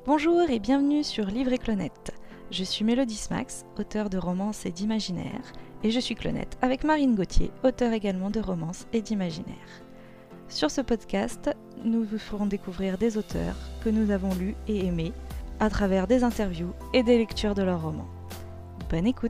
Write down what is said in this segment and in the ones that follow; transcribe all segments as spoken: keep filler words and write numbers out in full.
Bonjour et bienvenue sur Livre et Clonette. Je suis Mélodie Smax, auteure de romances et d'imaginaire, et je suis Clonette avec Marine Gauthier, auteure également de romances et d'imaginaire. Sur ce podcast, nous vous ferons découvrir des auteurs que nous avons lus et aimés à travers des interviews et des lectures de leurs romans. Bonne écoute!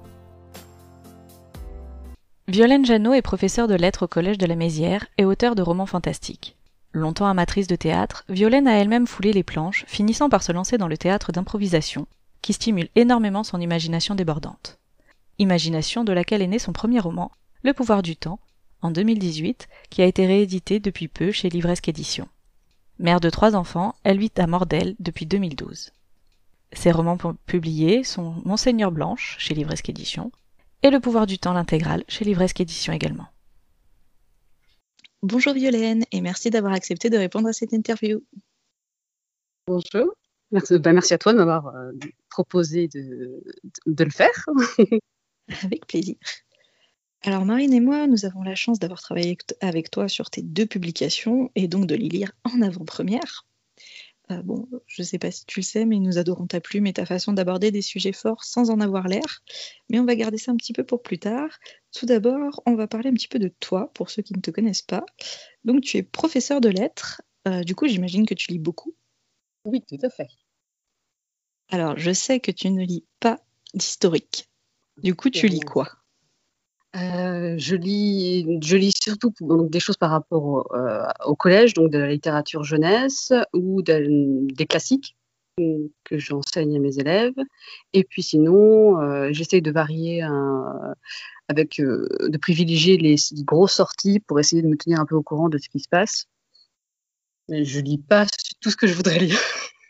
Violaine Jeannot est professeure de lettres au Collège de la Mézières et auteure de romans fantastiques. Longtemps amatrice de théâtre, Violaine a elle-même foulé les planches, finissant par se lancer dans le théâtre d'improvisation, qui stimule énormément son imagination débordante. Imagination de laquelle est né son premier roman, Le pouvoir du temps, en deux mille dix-huit, qui a été réédité depuis peu chez Livresque Éditions. Mère de trois enfants, elle vit à Mordel depuis deux mille douze. Ses romans publiés sont Monseigneur Blanche, chez Livresque Éditions, et Le pouvoir du temps, l'intégrale, chez Livresque Éditions également. Bonjour Violaine, et merci d'avoir accepté de répondre à cette interview. Bonjour, merci, ben merci à toi de m'avoir euh, proposé de, de, de le faire. Avec plaisir. Alors Marine et moi, nous avons la chance d'avoir travaillé avec toi sur tes deux publications, et donc de les lire en avant-première. Euh, bon, je ne sais pas si tu le sais, mais nous adorons ta plume et ta façon d'aborder des sujets forts sans en avoir l'air. Mais on va garder ça un petit peu pour plus tard. Tout d'abord, on va parler un petit peu de toi, pour ceux qui ne te connaissent pas. Donc, tu es professeur de lettres. Euh, du coup, j'imagine que tu lis beaucoup. Oui, tout à fait. Alors, je sais que tu ne lis pas d'historique. Du coup, tu lis quoi ? Euh, je lis, je lis surtout donc, des choses par rapport au, euh, au collège, donc de la littérature jeunesse ou de, des classiques que j'enseigne à mes élèves. Et puis sinon, euh, j'essaye de varier, un, avec, euh, de privilégier les grosses sorties pour essayer de me tenir un peu au courant de ce qui se passe. Mais je lis pas tout ce que je voudrais lire.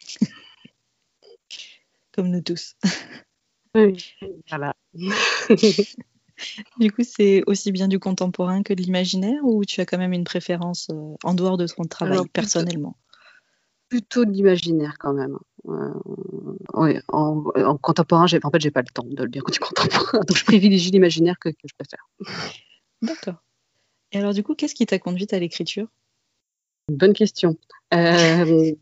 Comme nous tous. Oui, voilà. Du coup, c'est aussi bien du contemporain que de l'imaginaire, ou tu as quand même une préférence euh, en dehors de ton travail, alors, plutôt, personnellement ? Plutôt de l'imaginaire quand même. Euh, oui, en, en contemporain, j'ai, en fait, j'ai pas le temps de le lire du contemporain, donc je privilégie l'imaginaire que, que je préfère. D'accord. Et alors, du coup, qu'est-ce qui t'a conduite à l'écriture ? Bonne question. Euh...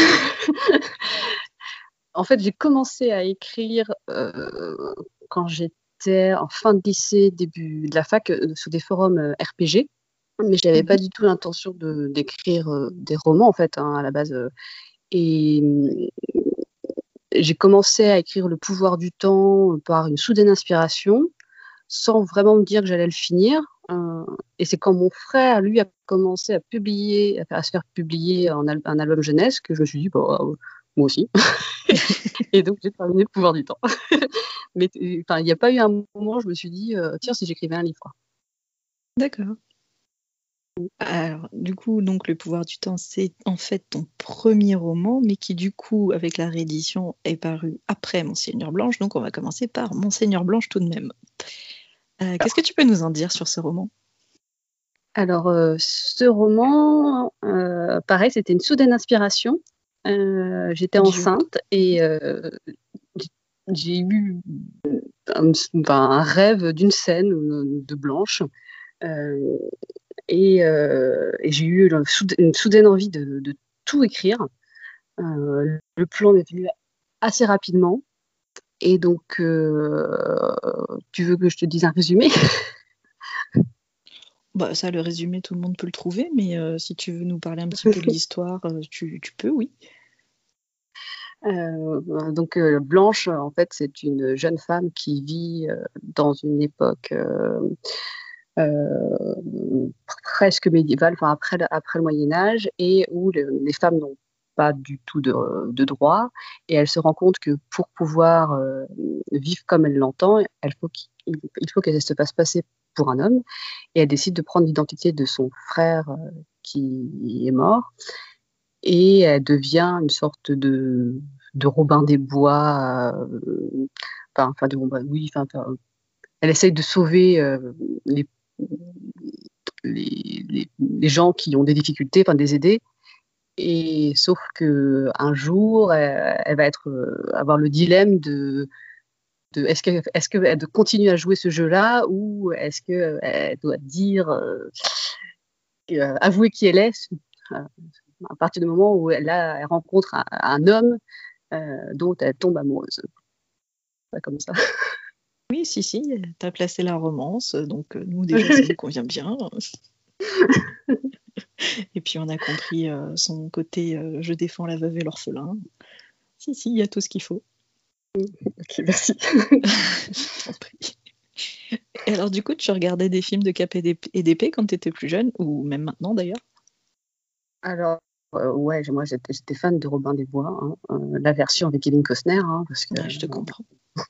En fait, j'ai commencé à écrire euh, quand j'étais en fin de lycée, début de la fac, euh, sur des forums euh, R P G, mais je n'avais mmh. pas du tout l'intention de, d'écrire euh, des romans, en fait, hein, à la base. Euh, et euh, j'ai commencé à écrire Le pouvoir du temps par une soudaine inspiration, sans vraiment me dire que j'allais le finir. Euh, et c'est quand mon frère, lui, a commencé à publier, à, faire, à se faire publier un, al- un album jeunesse, que je me suis dit, bah, euh, moi aussi. Et donc, j'ai terminé Le pouvoir du temps. Mais il n'y a pas eu un moment où je me suis dit, euh, tiens, si j'écrivais un livre. D'accord. Alors, du coup, donc, Le pouvoir du temps, c'est en fait ton premier roman, mais qui, du coup, avec la réédition, est paru après Monseigneur Blanche. Donc, on va commencer par Monseigneur Blanche tout de même. Euh, qu'est-ce que tu peux nous en dire sur ce roman ? Alors, euh, ce roman, euh, pareil, c'était une soudaine inspiration. Euh, j'étais enceinte et euh, j'ai eu un, un rêve d'une scène de Blanche. Euh, et, euh, et j'ai eu une soudaine envie de, de tout écrire. Euh, le plan m'est venu assez rapidement. Et donc, euh, tu veux que je te dise un résumé ? Bah, ça, le résumé, tout le monde peut le trouver, mais euh, si tu veux nous parler un petit peu de l'histoire, euh, tu, tu peux, oui. Euh, donc euh, Blanche, en fait, c'est une jeune femme qui vit euh, dans une époque euh, euh, presque médiévale, enfin après, après le Moyen-Âge, et où le, les femmes n'ont pas du tout de, de droit, et elle se rend compte que pour pouvoir euh, vivre comme elle l'entend, elle faut qu'il, il faut qu'elle se fasse passer pour un homme, et elle décide de prendre l'identité de son frère euh, qui est mort, et elle devient une sorte de, de Robin des Bois, euh, enfin, enfin, de Robin, oui, enfin, enfin, elle essaye de sauver euh, les, les, les, les gens qui ont des difficultés, enfin, des aider. Et sauf que un jour, elle, elle va être, euh, avoir le dilemme de, de est-ce que, est-ce qu'elle doit continuer à jouer ce jeu-là ou est-ce qu'elle doit dire, euh, euh, avouer qui elle est. à partir du moment où elle, là, elle rencontre un, un homme euh, dont elle tombe amoureuse. Pas comme ça. Oui, si, si, tu as placé la romance, donc euh, nous déjà ça nous convient bien. Et puis on a compris euh, son côté euh, je défends la veuve et l'orphelin. Si, si, il y a tout ce qu'il faut. Ok, merci. Je t'en prie. Et alors du coup, tu regardais des films de Cap et d'épée quand tu étais plus jeune, ou même maintenant d'ailleurs? Alors, euh, ouais, moi j'étais, j'étais fan de Robin des Bois, hein, euh, la version avec Kevin Costner, hein, parce que Ouais, je te comprends.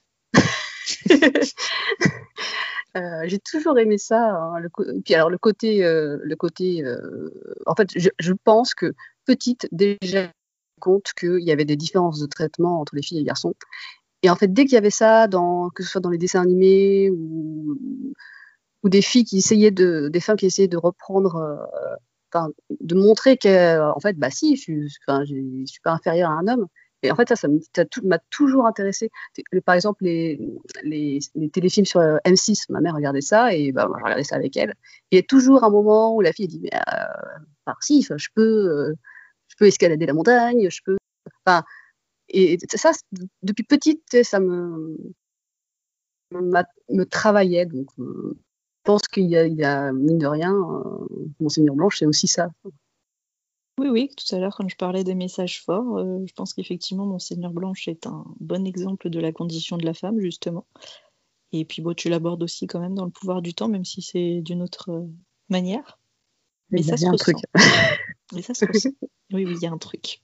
euh, j'ai toujours aimé ça. Hein, le co- puis alors le côté, euh, le côté, euh, en fait, je, je pense que petite déjà compte qu'il y avait des différences de traitement entre les filles et les garçons. Et en fait, dès qu'il y avait ça, dans, que ce soit dans les dessins animés ou, ou des filles qui essayaient de, des femmes qui essayaient de reprendre, euh, enfin, de montrer qu'en fait, bah si, je suis, enfin, je, je suis pas inférieure à un homme. Et en fait, ça, ça me- ça tout- m'a toujours intéressé. Par exemple, les, les, les téléfilms sur euh, M six, ma mère regardait ça et bah, moi, je regardais ça avec elle. Et il y a toujours un moment où la fille dit, mais euh, enfin, si, enfin, je peux, euh, je peux escalader la montagne, je peux. Enfin, et ça, depuis petite, tu sais, ça me, m'a- me travaillait. Donc, euh, je pense qu'il y a, il y a, mine de rien, euh, Monseigneur Blanche, c'est aussi ça. Oui, oui, tout à l'heure, quand je parlais des messages forts, euh, je pense qu'effectivement, Monseigneur Blanche est un bon exemple de la condition de la femme, justement. Et puis, bon, tu l'abordes aussi quand même dans Le pouvoir du temps, même si c'est d'une autre euh, manière. Mais Il y ça a se bien un ressent. truc. Mais ça se ressent. Oui, oui, il y a un truc.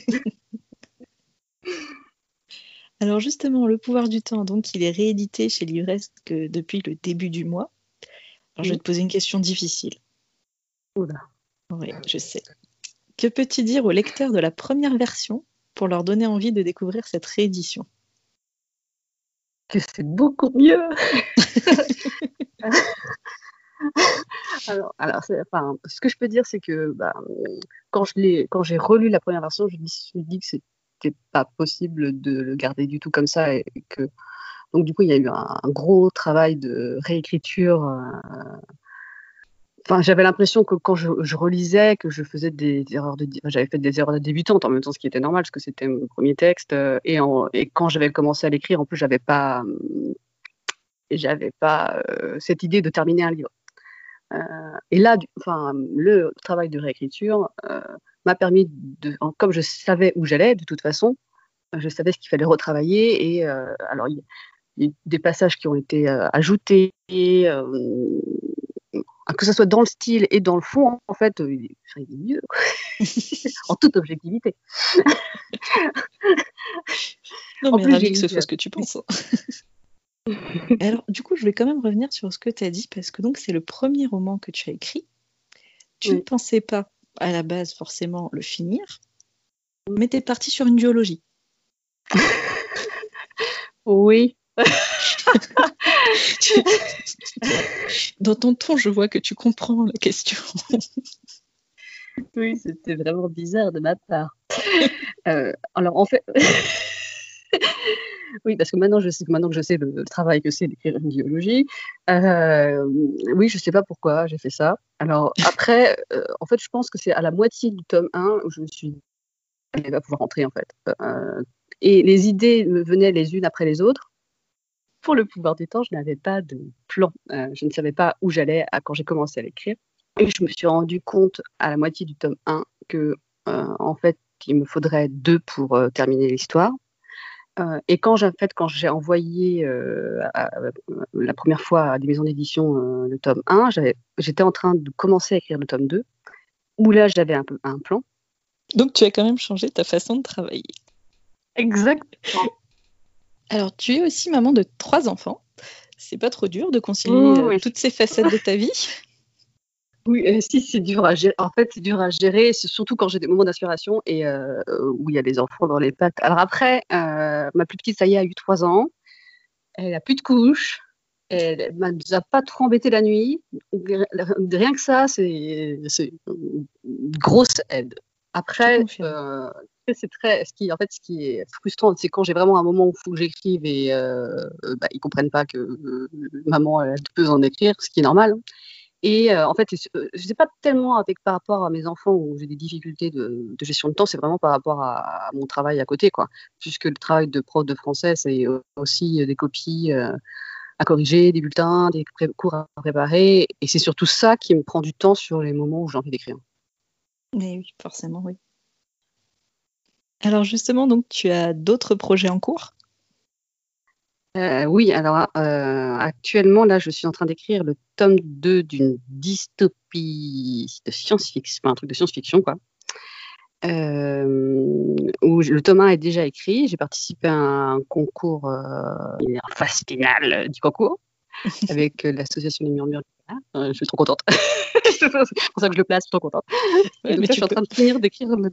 Alors justement, Le pouvoir du temps, donc, il est réédité chez Livresque depuis le début du mois. Alors, je vais te poser une question difficile. Oula. Oui, je sais. Que peux-tu dire aux lecteurs de la première version pour leur donner envie de découvrir cette réédition? Que c'est beaucoup mieux. alors, alors c'est, enfin, ce que je peux dire, c'est que bah, quand, je l'ai, quand j'ai relu la première version, je me suis dit que c'était pas possible de le garder du tout comme ça. Et que, donc, du coup, il y a eu un, un gros travail de réécriture. Euh, Enfin, j'avais l'impression que quand je, je relisais, que je faisais des, des erreurs de, enfin, j'avais fait des erreurs de débutante en même temps, ce qui était normal parce que c'était mon premier texte. euh, et, en, et quand j'avais commencé à l'écrire, en plus, j'avais pas, euh, j'avais pas euh, cette idée de terminer un livre. Euh, et là, du, enfin, le travail de réécriture euh, m'a permis de, en- comme je savais où j'allais, de toute façon, je savais ce qu'il fallait retravailler. Et euh, alors, il y, il y a eu des passages qui ont été euh, ajoutés. Euh, que ce soit dans le style et dans le fond, en fait, euh, il est, enfin, il est mieux, quoi. En toute objectivité. Non, En mais plus, ravi j'ai que eu. ce soit ce que tu penses. Et alors, du coup, je vais quand même revenir sur ce que tu as dit, parce que donc c'est le premier roman que tu as écrit. Tu ne Oui. pensais pas, à la base, forcément le finir, mais tu es parti sur une duologie. Oui. Dans ton ton, je vois que tu comprends la question. Oui, c'était vraiment bizarre de ma part. Euh, alors, en fait. Oui, parce que maintenant, je sais, maintenant que je sais le, le travail que c'est d'écrire une biologie, euh, oui, je ne sais pas pourquoi j'ai fait ça. Alors, après, euh, en fait, je pense que c'est à la moitié du tome un où je me suis dit, elle va pouvoir rentrer, en fait. Euh, et les idées me venaient les unes après les autres. Pour le pouvoir du temps, je n'avais pas de plan. Euh, je ne savais pas où j'allais à, quand j'ai commencé à l'écrire. Et je me suis rendu compte à la moitié du tome un que, euh, en fait, il me faudrait deux pour euh, terminer l'histoire. Euh, et quand j'ai, en fait, quand j'ai envoyé euh, à, à, la première fois à des maisons d'édition euh, le tome un, j'avais, j'étais en train de commencer à écrire le tome deux, où là, j'avais un, peu, un plan. Donc, tu as quand même changé ta façon de travailler. Exactement. Alors, tu es aussi maman de trois enfants. C'est pas trop dur de concilier Oui, euh, oui. toutes ces facettes de ta vie? Oui, euh, si, c'est dur à gérer. En fait, c'est dur à gérer, c'est surtout quand j'ai des moments d'inspiration et euh, où il y a des enfants dans les pattes. Alors après, euh, ma plus petite, ça y est, a eu trois ans. Elle a plus de couches. Elle ne nous a pas trop embêté la nuit. Rien que ça, c'est, c'est une grosse aide. Après, euh, c'est très, ce qui, en fait, ce qui est frustrant, c'est quand j'ai vraiment un moment où il faut que j'écrive et euh, bah, ils comprennent pas que euh, maman elle peut en écrire, ce qui est normal. Et euh, en fait, c'est- euh, je sais pas tellement avec par rapport à mes enfants où j'ai des difficultés de, de gestion de temps, c'est vraiment par rapport à, à mon travail à côté, quoi. Puisque le travail de prof de français, c'est euh, aussi euh, des copies euh, à corriger, des bulletins, des pré- cours à préparer. Et c'est surtout ça qui me prend du temps sur les moments où j'ai envie d'écrire. Mais oui, forcément, oui. Alors justement, donc tu as d'autres projets en cours? Euh, oui, alors euh, actuellement, là, je suis en train d'écrire le tome deux d'une dystopie de science-fiction, enfin, un truc de science-fiction, quoi. Euh, où le tome un est déjà écrit. J'ai participé à un concours, euh, en phase finale du concours, avec euh, l'association des murmures. Euh, je suis trop contente. C'est pour ça que je le place, je suis trop contente. Et Ouais, donc mais là, je tu suis en peux. train de finir d'écrire le...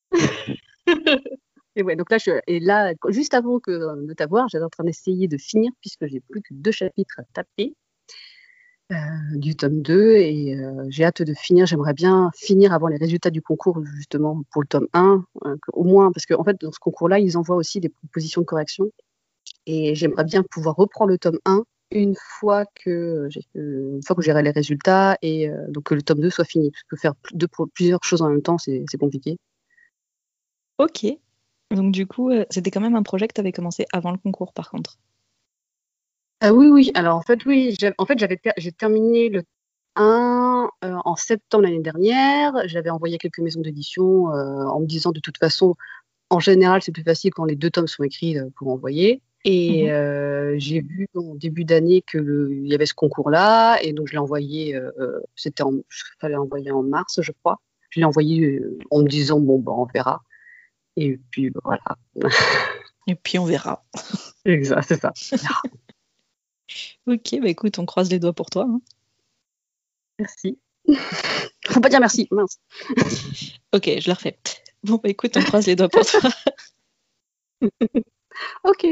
Et ouais, donc là, je, et là, juste avant que, de t'avoir, j'étais en train d'essayer de finir, puisque j'ai plus que deux chapitres à taper euh, du tome deux, et euh, j'ai hâte de finir. J'aimerais bien finir avant les résultats du concours, justement, pour le tome un, euh, que- au moins, parce qu'en fait, dans ce concours-là, ils envoient aussi des propositions de correction, et j'aimerais bien pouvoir reprendre le tome un une fois que j'ai, euh, une fois que j'aurai les résultats, et euh, donc que le tome deux soit fini. Parce que faire plus- deux, plusieurs choses en même temps, c'est c'est compliqué. Ok. Donc du coup, euh, c'était quand même un projet que tu avais commencé avant le concours, par contre. Ah oui, oui. Alors en fait, oui. j'ai- En fait, j'avais ter- j'ai terminé le un euh, en septembre l'année dernière. J'avais envoyé à quelques maisons d'édition euh, en me disant de toute façon, en général, c'est plus facile quand les deux tomes sont écrits euh, pour envoyer. Et Mhm. euh, j'ai vu en début d'année que le- il y avait ce concours-là, et donc je l'ai envoyé. Euh, euh, c'était en, fallait envoyer en mars, je crois. Je l'ai envoyé euh, en me disant bon, ben, on verra. Et puis voilà. Et puis on verra. Exact, c'est ça. Ok, bah écoute, on croise les doigts pour toi, hein. Merci. Faut pas dire merci, mince. Ok, je la refais. Bon, bah écoute, on croise les doigts pour toi. Ok.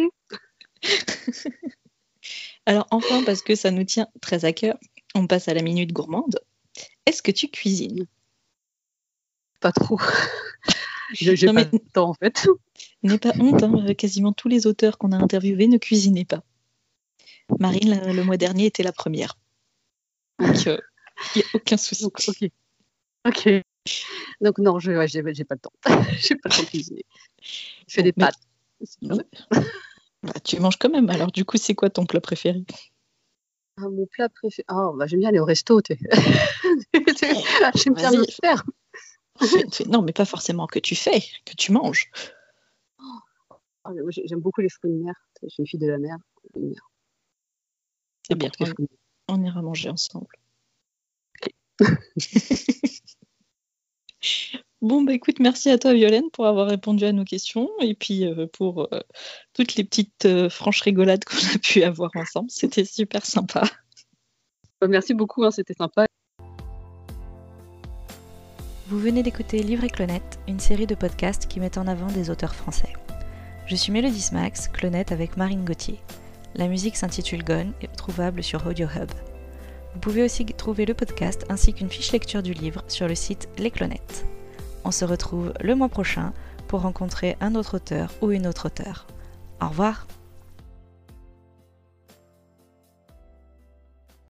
Alors enfin, parce que ça nous tient très à cœur, on passe à la minute gourmande. Est-ce que tu cuisines? Pas trop. Je- J'ai Non pas mais le temps en fait. n'aie pas honte, hein, quasiment tous les auteurs qu'on a interviewés ne cuisinaient pas. Marine, la- le mois dernier, était la première. Donc, il n'y a aucun souci. Donc, ok. Ok. Donc non, je ouais, j'ai j'ai pas le temps. J'ai pas le temps de cuisiner. Je fais Bon, des mais pâtes. C'est bien. bah, tu manges quand même. Alors du coup, c'est quoi ton plat préféré? Ah, mon plat préféré. Ah, bah, j'aime bien aller au resto. t'es- J'aime bien me Vas-y, le faire. fais- fais- non, mais pas forcément que tu fais, que tu manges. Ah, mais moi, j'ai- j'aime beaucoup les fruits de mer. Je suis une fille de la mer. J'aime bien C'est bien, n'importe quel on, fruit. on ira manger ensemble. Bon, bah écoute, merci à toi, Violaine, pour avoir répondu à nos questions et puis euh, pour euh, toutes les petites euh, franches rigolades qu'on a pu avoir ensemble. C'était super sympa. Bah, merci beaucoup, hein, c'était sympa. Vous venez d'écouter Livre et Clonette, une série de podcasts qui met en avant des auteurs français. Je suis Mélodie Smax, Clonette avec Marine Gauthier. La musique s'intitule Gone et est trouvable sur Audio Hub. Vous pouvez aussi trouver le podcast ainsi qu'une fiche lecture du livre sur le site Les Clonettes. On se retrouve le mois prochain pour rencontrer un autre auteur ou une autre auteure. Au revoir!